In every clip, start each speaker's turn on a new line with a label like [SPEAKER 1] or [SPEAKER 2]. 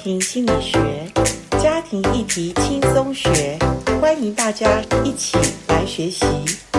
[SPEAKER 1] 庭心理学，家庭议题轻松学，欢迎大家一起来学习。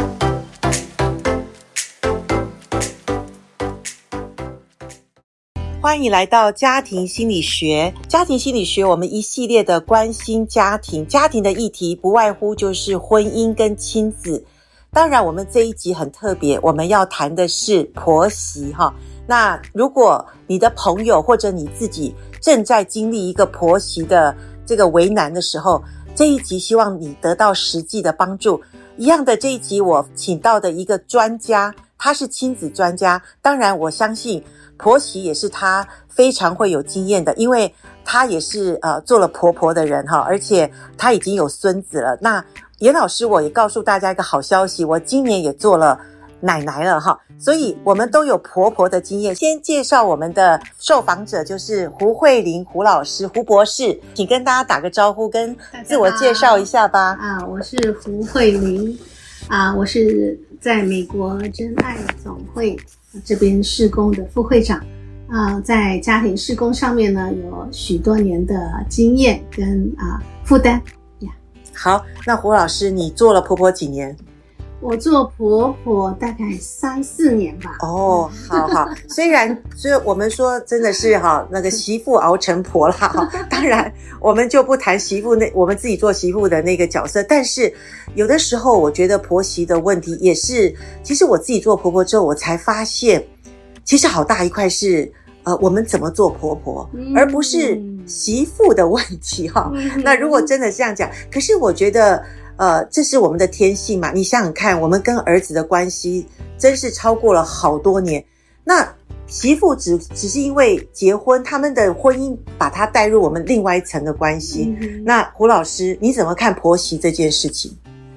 [SPEAKER 1] 欢迎来到家庭心理学。家庭心理学，我们一系列的关心家庭的议题，不外乎就是婚姻跟亲子。当然我们这一集很特别，我们要谈的是婆媳哈。那如果你的朋友或者你自己正在经历一个婆媳的这个为难的时候，这一集希望你得到实际的帮助。一样的，这一集我请到的一个专家，他是亲子专家，当然我相信婆媳也是他非常会有经验的，因为他也是做了婆婆的人哈，而且他已经有孙子了。那严老师，我也告诉大家一个好消息，我今年也做了奶奶了哈，所以我们都有婆婆的经验。先介绍我们的受访者，就是胡慧玲胡老师胡博士，请跟大家打个招呼，跟自我介绍一下吧。
[SPEAKER 2] 我是胡慧玲我是在美国真爱总会这边事工的副会长在家庭事工上面呢有许多年的经验跟负担
[SPEAKER 1] 好，那胡老师，你做了婆婆几年？
[SPEAKER 2] 我做婆婆大概3-4年吧。
[SPEAKER 1] 好好，虽然我们说真的是那个媳妇熬成婆啦当然我们就不谈媳妇我们自己做媳妇的那个角色，但是有的时候我觉得婆媳的问题也是，其实我自己做婆婆之后，我才发现其实好大一块是我们怎么做婆婆，而不是媳妇的问题那如果真的这样讲，可是我觉得这是我们的天性嘛。你想想看，我们跟儿子的关系真是超过了好多年，那媳妇只是因为结婚，他们的婚姻把它带入我们另外一层的关系那胡老师，你怎么看婆媳这件事情？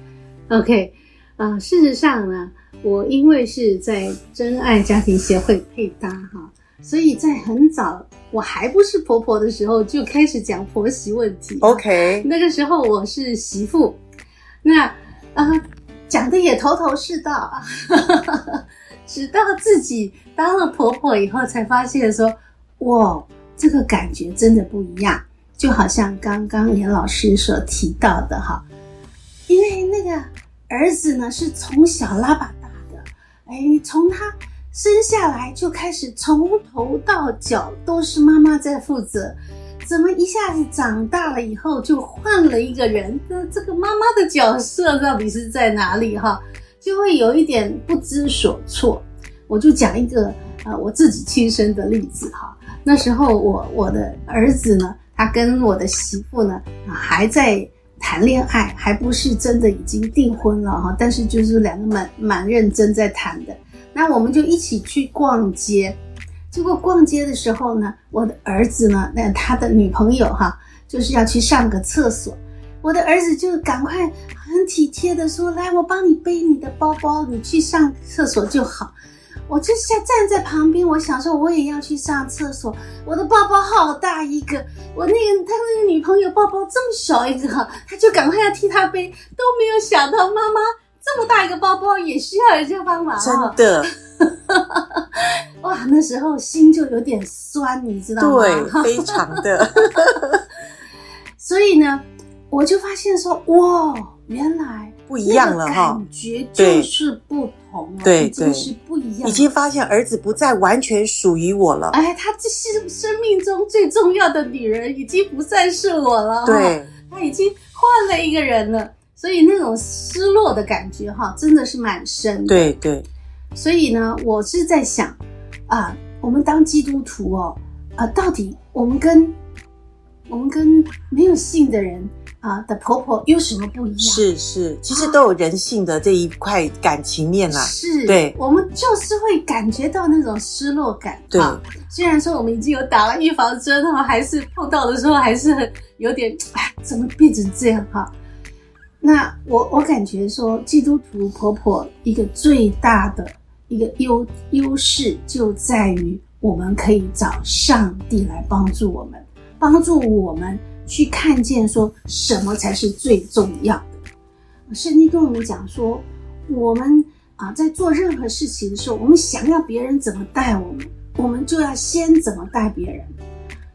[SPEAKER 2] OK 事实上呢，我因为是在真爱家庭协会配搭所以在很早我还不是婆婆的时候就开始讲婆媳问题
[SPEAKER 1] OK
[SPEAKER 2] 那个时候我是媳妇，那讲的也头头是道直到自己当了婆婆以后才发现说，哇，这个感觉真的不一样。就好像刚刚严老师所提到的因为那个儿子呢是从小拉拔大的，从他生下来就开始从头到脚都是妈妈在负责，怎么一下子长大了以后就换了一个人，这个妈妈的角色到底是在哪里就会有一点不知所措。我就讲一个我自己亲身的例子那时候我的儿子呢，他跟我的媳妇呢还在谈恋爱，还不是真的已经订婚了但是就是两个蛮认真在谈的。那我们就一起去逛街，结果逛街的时候呢，我的儿子呢，他的女朋友就是要去上个厕所，我的儿子就赶快很体贴的说，来，我帮你背你的包包，你去上厕所就好。我就站在旁边，我想说我也要去上厕所，我的包包好大一个，他那个女朋友包包这么小一个他就赶快要替他背，都没有想到妈妈这么大一个包包也需要人家帮忙
[SPEAKER 1] 真的
[SPEAKER 2] 哇，那时候心就有点酸，你知道吗？
[SPEAKER 1] 对，非常的
[SPEAKER 2] 所以呢我就发现说，哇，原来
[SPEAKER 1] 不一样了
[SPEAKER 2] 感觉就是不同
[SPEAKER 1] 对，
[SPEAKER 2] 已经是不一样，
[SPEAKER 1] 已经发现儿子不再完全属于我了，
[SPEAKER 2] 他这是生命中最重要的女人已经不再是我了
[SPEAKER 1] 对，
[SPEAKER 2] 他已经换了一个人了，所以那种失落的感觉真的是蛮深的。
[SPEAKER 1] 对对，
[SPEAKER 2] 所以呢我是在想我们当基督徒到底我们跟没有信的人的婆婆有什么不一样？
[SPEAKER 1] 是，其实都有人性的这一块感情面啦。
[SPEAKER 2] 是，
[SPEAKER 1] 对，
[SPEAKER 2] 我们就是会感觉到那种失落感。
[SPEAKER 1] 对，
[SPEAKER 2] 虽然说我们已经有打了预防针还是碰到的时候还是有点怎么变成这样那我感觉说，基督徒婆婆一个最大的一个优势就在于我们可以找上帝来帮助我们去看见说什么才是最重要的。圣经跟我们讲说，我们在做任何事情的时候，我们想要别人怎么待我们就要先怎么待别人。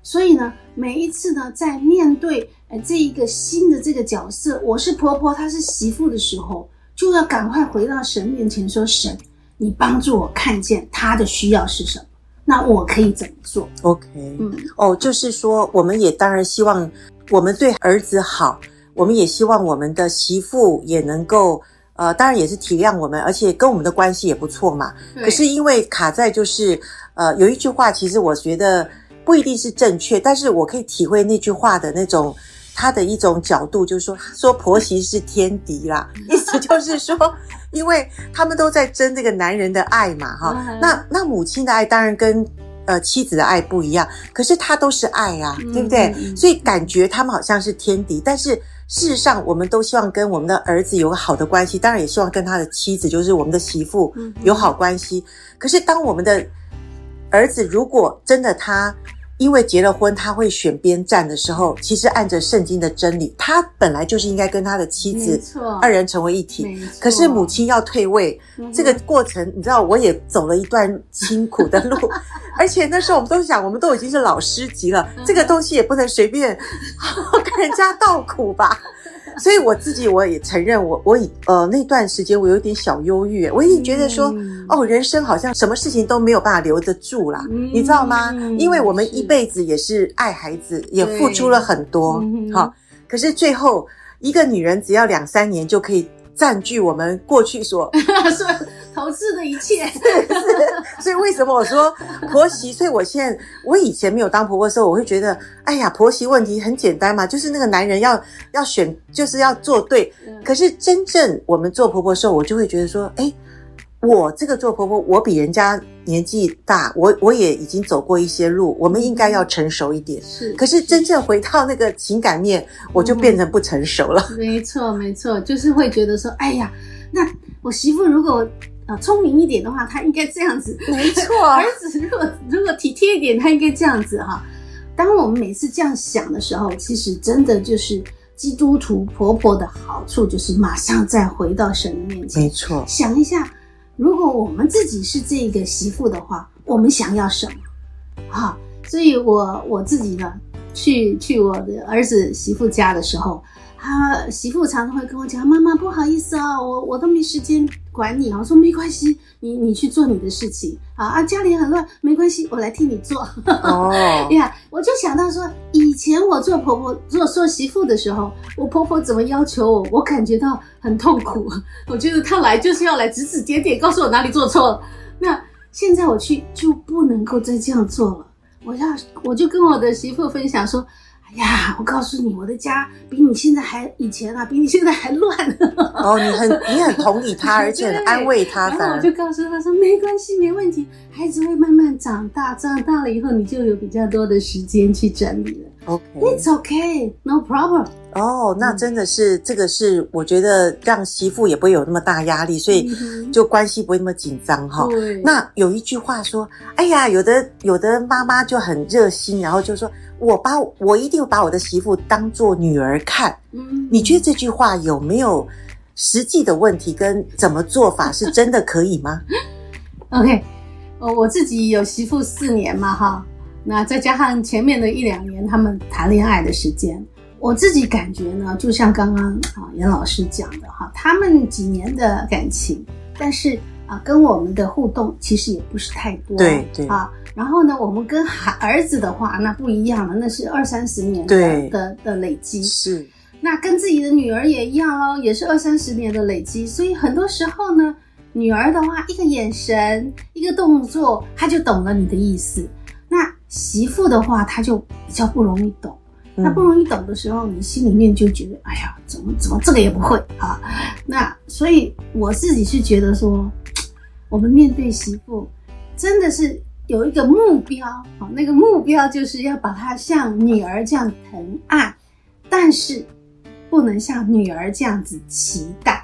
[SPEAKER 2] 所以呢，每一次呢，在面对这一个新的这个角色，我是婆婆，她是媳妇的时候，就要赶快回到神面前说，神，你帮助我看见她的需要是什么，那我可以怎么做
[SPEAKER 1] ？OK， 就是说，我们也当然希望我们对儿子好，我们也希望我们的媳妇也能够当然也是体谅我们，而且跟我们的关系也不错嘛。可是因为卡在就是有一句话，其实我觉得不一定是正确，但是我可以体会那句话的那种他的一种角度，就是说婆媳是天敌啦，意思就是说，因为他们都在争这个男人的爱嘛，哈，那母亲的爱当然跟妻子的爱不一样，可是他都是爱啊，对不对？所以感觉他们好像是天敌，但是事实上我们都希望跟我们的儿子有个好的关系，当然也希望跟他的妻子，就是我们的媳妇有好关系。可是当我们的儿子如果真的他因为结了婚他会选边站的时候，其实按着圣经的真理，他本来就是应该跟他的妻子二人成为一体，可是母亲要退位，这个过程你知道我也走了一段辛苦的路而且那时候我们都想我们都已经是老师级了，这个东西也不能随便跟人家道苦吧所以我自己我也承认我那段时间我有一点小忧郁，我已经觉得说人生好像什么事情都没有办法留得住啦，你知道吗？因为我们一辈子也是爱孩子，也付出了很多可是最后一个女人只要2-3年就可以占据我们过去所
[SPEAKER 2] 投资的一切
[SPEAKER 1] 所以为什么我说婆媳，所以我以前没有当婆婆的时候，我会觉得哎呀婆媳问题很简单嘛，就是那个男人要选，就是要做对可是真正我们做婆婆的时候，我就会觉得说我这个做婆婆，我比人家年纪大，我也已经走过一些路，我们应该要成熟一点。可是真正回到那个情感面，我就变成不成熟了。
[SPEAKER 2] 没错没错，就是会觉得说哎呀，那我媳妇如果聪明一点的话，她应该这样子。
[SPEAKER 1] 没错，
[SPEAKER 2] 儿子如果体贴一点，她应该这样子哈。当我们每次这样想的时候，其实真的就是基督徒婆婆的好处，就是马上再回到神的面前。
[SPEAKER 1] 没错，
[SPEAKER 2] 想一下，如果我们自己是这个媳妇的话，我们想要什么所以我自己呢，去我的儿子媳妇家的时候，他媳妇常常会跟我讲，妈妈不好意思我都没时间管你我说没关系，你去做你的事情家里很乱，没关系，我来替你做我就想到说，以前我做婆婆做媳妇的时候，我婆婆怎么要求我感觉到很痛苦，我觉得她来就是要来指指点点，告诉我哪里做错了。那现在我去就不能够再这样做了，我就跟我的媳妇分享说，哎呀，我告诉你，我的家比你现在以前比你现在还乱
[SPEAKER 1] 你很同理他而且很安慰他。
[SPEAKER 2] 然后我就告诉他说，没关系，没问题，孩子会慢慢长大了以后你就有比较多的时间去整理了。It's okay, no problem。
[SPEAKER 1] 那真的是这个是我觉得让媳妇也不会有那么大压力，所以就关系不会那么紧张那有一句话说，哎呀，有的妈妈就很热心，然后就说我一定把我的媳妇当作女儿看。你觉得这句话有没有实际的问题跟怎么做法是真的可以吗
[SPEAKER 2] ？OK， 我自己有媳妇4年嘛那再加上前面的1-2年他们谈恋爱的时间，我自己感觉呢，就像刚刚严老师讲的他们几年的感情，但是跟我们的互动其实也不是太多。
[SPEAKER 1] 对
[SPEAKER 2] 然后呢，我们跟儿子的话那不一样了，那是20-30年的累积。
[SPEAKER 1] 是。
[SPEAKER 2] 那跟自己的女儿也一样咯，也是20-30年的累积。所以很多时候呢，女儿的话一个眼神一个动作，她就懂了你的意思。那媳妇的话，她就比较不容易懂。那不容易懂的时候，你心里面就觉得，哎呀，怎么这个也不会那所以我自己是觉得说，我们面对媳妇真的是有一个目标那个目标就是要把她像女儿这样疼爱，但是不能像女儿这样子期待。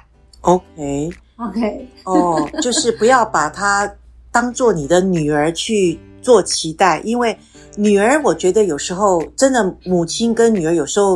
[SPEAKER 1] OK 就是不要把她当作你的女儿去做期待，因为女儿我觉得有时候真的母亲跟女儿有时候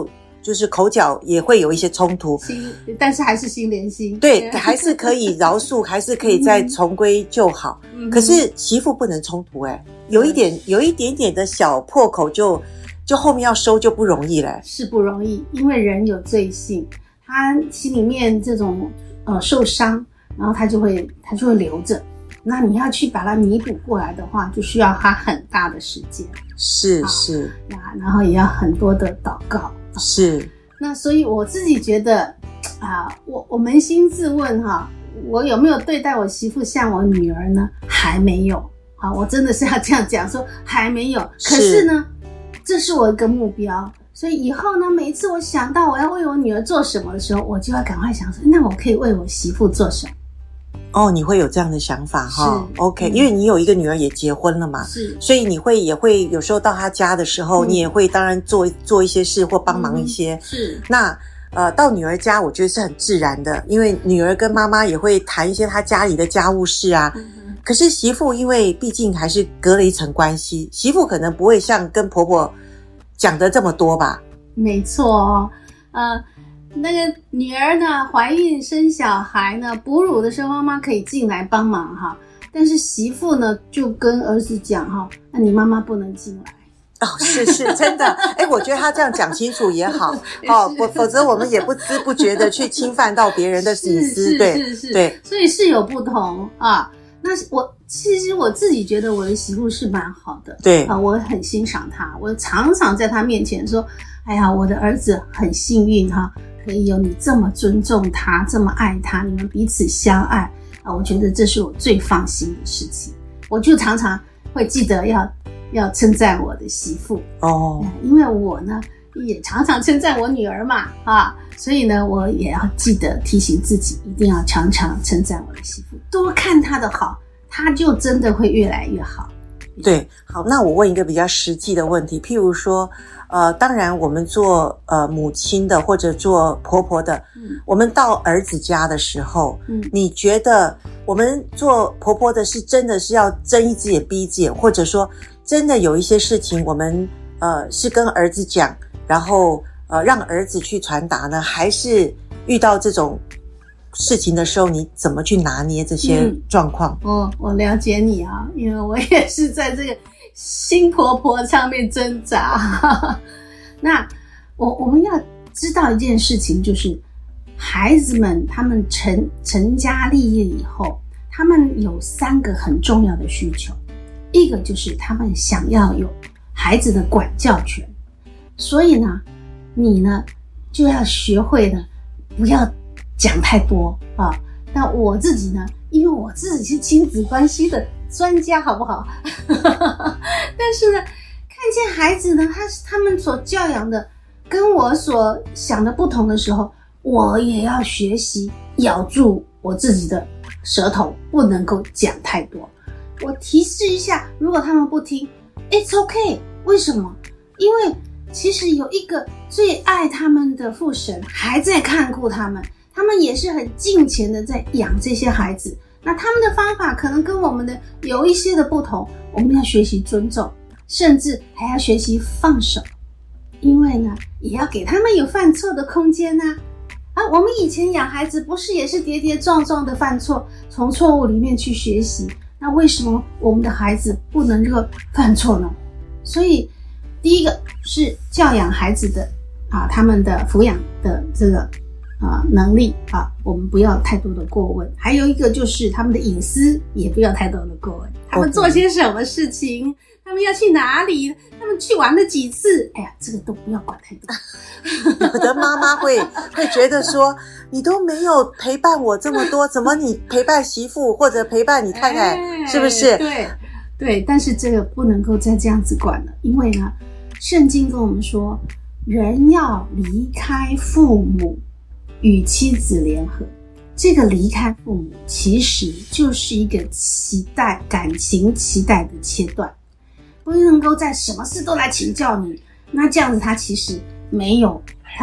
[SPEAKER 1] 就是口角也会有一些冲突，
[SPEAKER 2] 但是还是心连心，
[SPEAKER 1] 对，还是可以饶恕，还是可以再重归就好。可是媳妇不能冲突有一点点的小破口就后面要收就不容易了，
[SPEAKER 2] 是不容易，因为人有罪性，他心里面这种受伤，然后他就会留着。那你要去把它弥补过来的话，就需要花很大的时间。
[SPEAKER 1] 是
[SPEAKER 2] 然后也要很多的祷告。
[SPEAKER 1] 是。
[SPEAKER 2] 那所以我自己觉得我扪心自问我有没有对待我媳妇像我女儿呢？还没有。我真的是要这样讲说还没有。可是呢，这是我一个目标。所以以后呢，每一次我想到我要为我女儿做什么的时候，我就要赶快想说，那我可以为我媳妇做什么？
[SPEAKER 1] 你会有这样的想法哈 ？OK，因为你有一个女儿也结婚了嘛，
[SPEAKER 2] 是，
[SPEAKER 1] 所以你也会有时候到她家的时候，你也会当然做一些事或帮忙一些。
[SPEAKER 2] 是，
[SPEAKER 1] 那到女儿家，我觉得是很自然的，因为女儿跟妈妈也会谈一些她家里的家务事啊。可是媳妇，因为毕竟还是隔了一层关系，媳妇可能不会像跟婆婆讲的这么多吧？
[SPEAKER 2] 没错那个女儿呢，怀孕生小孩呢，哺乳的时候妈妈可以进来帮忙但是媳妇呢就跟儿子讲那你妈妈不能进来。
[SPEAKER 1] 是真的。我觉得他这样讲清楚也好否则我们也不知不觉的去侵犯到别人的隐私。对，
[SPEAKER 2] 所以是有不同那其实我自己觉得我的媳妇是蛮好的，
[SPEAKER 1] 对
[SPEAKER 2] 我很欣赏她，我常常在她面前说，哎呀，我的儿子很幸运可以有你这么尊重他，这么爱他，你们彼此相爱我觉得这是我最放心的事情。我就常常会记得要称赞我的媳妇因为我呢也常常称赞我女儿嘛所以呢我也要记得提醒自己，一定要常常称赞我的媳妇，多看她的好，她就真的会越来越好。
[SPEAKER 1] 对，好，那我问一个比较实际的问题，譬如说当然我们做母亲的或者做婆婆的我们到儿子家的时候你觉得我们做婆婆的是真的是要睁一只眼闭一只眼，或者说真的有一些事情我们是跟儿子讲，然后让儿子去传达呢？还是遇到这种事情的时候你怎么去拿捏这些状况？
[SPEAKER 2] 我了解你因为我也是在这个新婆婆上面挣扎那我们要知道一件事情，就是孩子们他们成家立业以后，他们有3个很重要的需求。一个就是他们想要有孩子的管教权，所以呢你呢就要学会呢不要讲太多那我自己呢，因为我自己是亲子关系的专家，好不好但是呢看见孩子呢他们所教养的跟我所想的不同的时候，我也要学习咬住我自己的舌头，不能够讲太多。我提示一下，如果他们不听 It's okay， 为什么？因为其实有一个最爱他们的父神还在看顾他们，他们也是很敬虔的在养这些孩子，那他们的方法可能跟我们的有一些的不同，我们要学习尊重，甚至还要学习放手，因为呢也要给他们有犯错的空间我们以前养孩子不是也是跌跌撞撞的犯错，从错误里面去学习，那为什么我们的孩子不能够犯错呢？所以第一个是教养孩子的他们的抚养的这个能力我们不要太多的过问。还有一个就是他们的隐私也不要太多的过问，他们做些什么事情，他们要去哪里，他们去玩了几次，哎呀，这个都不要管太多。
[SPEAKER 1] 有的妈妈会觉得说，你都没有陪伴我这么多，怎么你陪伴媳妇或者陪伴你太太，是不是？
[SPEAKER 2] 对，但是这个不能够再这样子管了，因为呢圣经跟我们说，人要离开父母与妻子联合。这个离开父母其实就是一个感情期待的切断，不能够在什么事都来请教你，那这样子他其实没有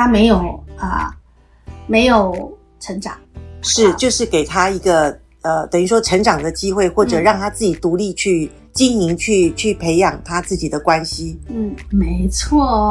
[SPEAKER 2] 成长，
[SPEAKER 1] 就是给他一个等于说成长的机会，或者让他自己独立去经营，去培养他自己的关系。
[SPEAKER 2] 没错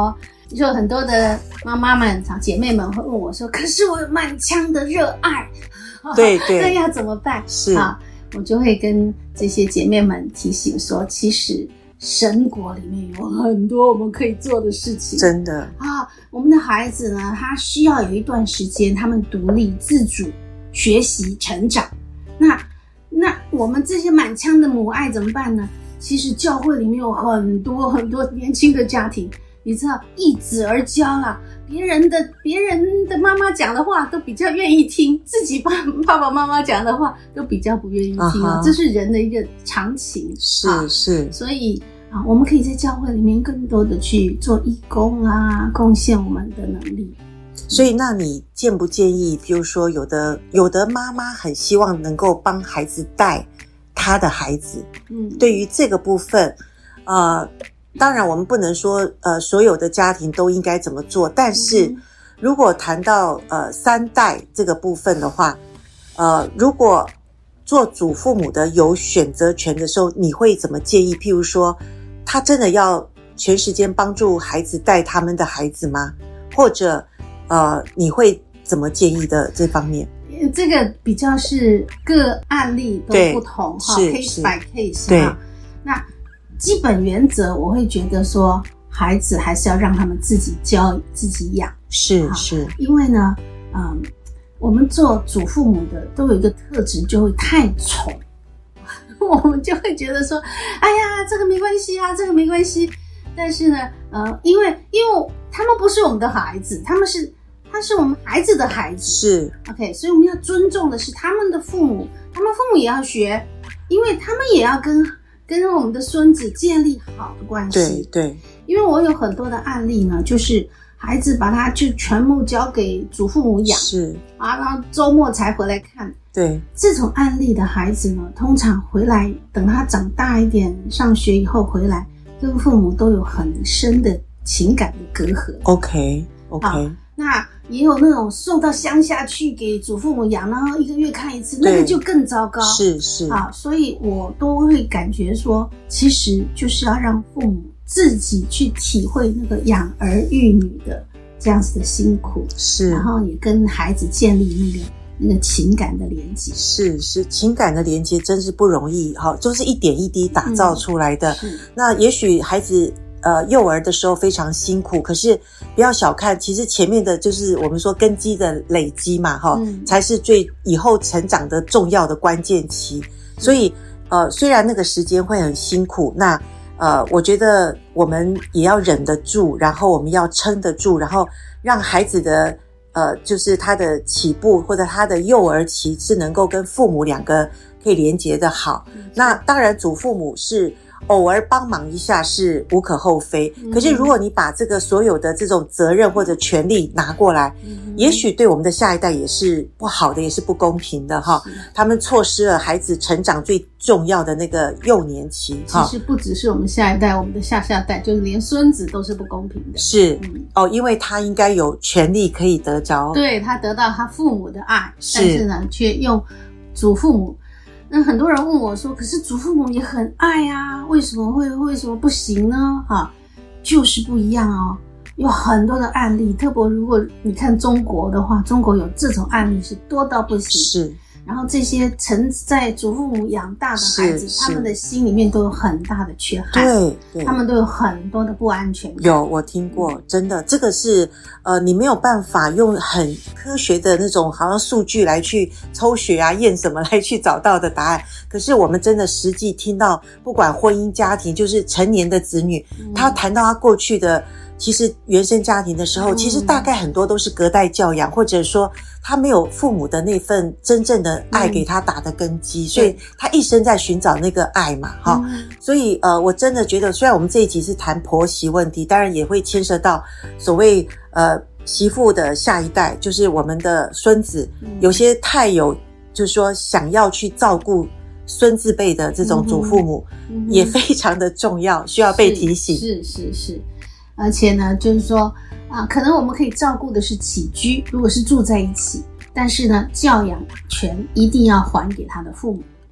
[SPEAKER 2] 就很多的妈妈们、姐妹们会问我说：“可是我有满腔的热爱，
[SPEAKER 1] 对对，
[SPEAKER 2] 那要怎么办？”
[SPEAKER 1] 是
[SPEAKER 2] 啊，我就会跟这些姐妹们提醒说，其实神国里面有很多我们可以做的事情，
[SPEAKER 1] 真的
[SPEAKER 2] 啊。我们的孩子呢，他需要有一段时间，他们独立自主学习成长。那我们这些满腔的母爱怎么办呢？其实教会里面有很多很多年轻的家庭，你知道一子而教啦，别人的妈妈讲的话都比较愿意听，自己爸爸妈妈讲的话都比较不愿意听这是人的一个常情。
[SPEAKER 1] 是，
[SPEAKER 2] 所以我们可以在教会里面更多的去做义工啊，贡献我们的能力。
[SPEAKER 1] 所以那你建不建议，比如说有的妈妈很希望能够帮孩子带他的孩子，对于这个部分当然我们不能说所有的家庭都应该怎么做，但是如果谈到3代这个部分的话，如果做祖父母的有选择权的时候，你会怎么建议？譬如说他真的要全时间帮助孩子带他们的孩子吗？或者你会怎么建议的这方面？
[SPEAKER 2] 这个比较是个案例都不同case by case
[SPEAKER 1] 对
[SPEAKER 2] 那基本原则我会觉得说，孩子还是要让他们自己教自己养。
[SPEAKER 1] 是
[SPEAKER 2] 因为呢我们做祖父母的都有一个特质，就会太宠我们就会觉得说，哎呀这个没关系啊，这个没关系。但是呢因为他们不是我们的孩子，他是我们孩子的孩子，
[SPEAKER 1] 是
[SPEAKER 2] OK， 所以我们要尊重的是他们的父母，他们父母也要学，因为他们也要跟我们的孙子建立好的关系。
[SPEAKER 1] 对，
[SPEAKER 2] 因为我有很多的案例呢，就是孩子把他就全部交给祖父母养，
[SPEAKER 1] 是
[SPEAKER 2] 然后周末才回来看。
[SPEAKER 1] 对，
[SPEAKER 2] 这种案例的孩子呢，通常回来等他长大一点，上学以后回来，跟父母都有很深的情感的隔阂。
[SPEAKER 1] OK，
[SPEAKER 2] 那也有那种送到乡下去给祖父母养，然后1个月看一次，那个就更糟糕。
[SPEAKER 1] 是
[SPEAKER 2] 所以我都会感觉说，其实就是要让父母自己去体会那个养儿育女的这样子的辛苦，
[SPEAKER 1] 是，
[SPEAKER 2] 然后也跟孩子建立那个情感的连接。
[SPEAKER 1] 是情感的连接真是不容易，就是一点一滴打造出来的。那也许孩子幼儿的时候非常辛苦，可是不要小看，其实前面的就是我们说根基的累积嘛，才是最以后成长的重要的关键期。所以虽然那个时间会很辛苦，那我觉得我们也要忍得住，然后我们要撑得住，然后让孩子的就是他的起步或者他的幼儿期是能够跟父母2个可以连结的好。那当然祖父母是偶尔帮忙一下是无可厚非，可是如果你把这个所有的这种责任或者权利拿过来，也许对我们的下一代也是不好的，也是不公平的他们错失了孩子成长最重要的那个幼年期。
[SPEAKER 2] 其实不只是我们下一代，我们的下下代，就是连孙子都是不公平的。
[SPEAKER 1] 是因为他应该有权利可以得着，
[SPEAKER 2] 对，他得到他父母的爱，但是呢却用祖父母。那很多人问我说，可是祖父母也很爱啊，为什么不行呢？就是不一样有很多的案例，特别如果你看中国的话，中国有这种案例是多到不行。
[SPEAKER 1] 是，
[SPEAKER 2] 然后这些曾在祖父母养大的孩子，他们的心里面都有很大的缺憾，对，他们都有很多的不安全感。
[SPEAKER 1] 有，我听过，真的，这个是你没有办法用很科学的那种好像数据来去抽血啊验什么来去找到的答案。可是我们真的实际听到，不管婚姻家庭，就是成年的子女，他谈到他过去的其实原生家庭的时候，其实大概很多都是隔代教养，或者说他没有父母的那份真正的爱给他打的根基，所以他一生在寻找那个爱嘛所以我真的觉得，虽然我们这一集是谈婆媳问题，当然也会牵涉到所谓媳妇的下一代，就是我们的孙子，有些太有就是说想要去照顾孙子辈的这种祖父母，也非常的重要，需要被提醒。
[SPEAKER 2] 是，而且呢，就是说可能我们可以照顾的是起居，如果是住在一起，但是呢，教养权一定要还给他的父母。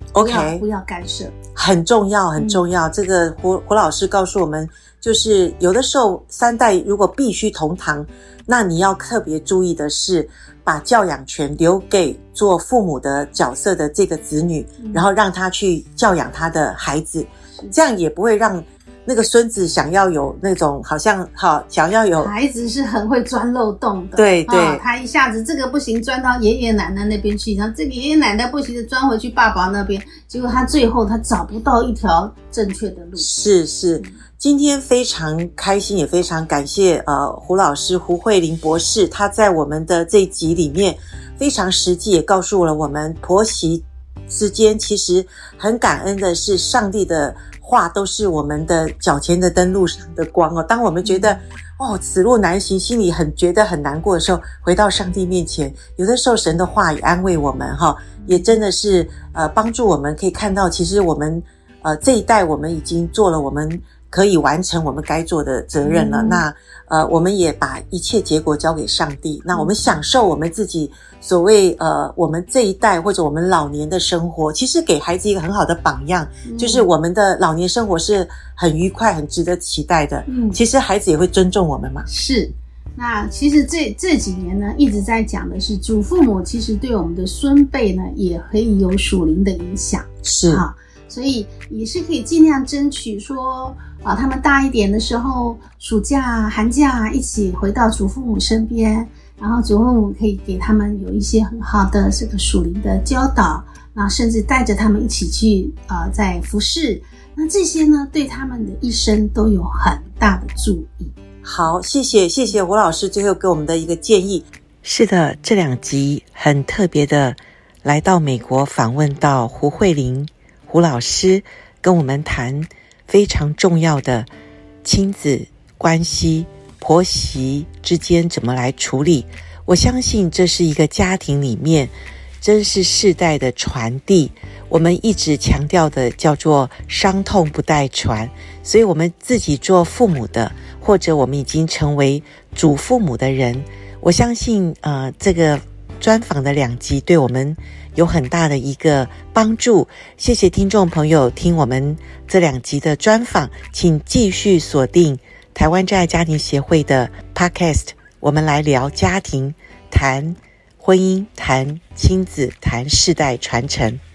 [SPEAKER 1] OK，
[SPEAKER 2] 不要干涉，
[SPEAKER 1] 很重要，很重要。这个胡老师告诉我们，就是有的时候3代如果必须同堂，那你要特别注意的是，把教养权留给做父母的角色的这个子女，然后让他去教养他的孩子，这样也不会让那个孙子想要有那种好像想要有，
[SPEAKER 2] 孩子是很会钻漏洞的，
[SPEAKER 1] 对对，
[SPEAKER 2] 他一下子这个不行钻到爷爷奶奶那边去，然后这个爷爷奶奶不行的钻回去爸爸那边，结果他最后他找不到一条正确的路。
[SPEAKER 1] 是，今天非常开心，也非常感谢胡老师胡慧玲博士，他在我们的这一集里面非常实际，也告诉了我们婆媳之间其实很感恩的是上帝的话都是我们的脚前的灯路上的光哦。当我们觉得此路难行，心里觉得很难过的时候，回到上帝面前，有的时候神的话也安慰我们也真的是帮助我们可以看到，其实我们这一代我们已经做了我们可以完成我们该做的责任了。那我们也把一切结果交给上帝。那我们享受我们自己所谓我们这一代或者我们老年的生活，其实给孩子一个很好的榜样，就是我们的老年生活是很愉快、很值得期待的。其实孩子也会尊重我们嘛。
[SPEAKER 2] 是。那其实这几年呢，一直在讲的是祖父母其实对我们的孙辈呢，也可以有属灵的影响。
[SPEAKER 1] 是。
[SPEAKER 2] 所以也是可以尽量争取说他们大一点的时候，暑假寒假一起回到祖父母身边，然后祖父母可以给他们有一些很好的这个属灵的教导，然后甚至带着他们一起去在服侍，那这些呢对他们的一生都有很大的助益。
[SPEAKER 1] 好，谢谢胡老师最后给我们的一个建议。是的，这2集很特别的来到美国访问到胡慧玲胡老师，跟我们谈非常重要的亲子关系，婆媳之间怎么来处理。我相信这是一个家庭里面真是世代的传递，我们一直强调的叫做伤痛不代传。所以我们自己做父母的，或者我们已经成为祖父母的人，我相信这个专访的2集对我们有很大的一个帮助。谢谢听众朋友听我们这2集的专访，请继续锁定台湾真爱家庭协会的 Podcast， 我们来聊家庭，谈婚姻，谈亲子，谈世代传承。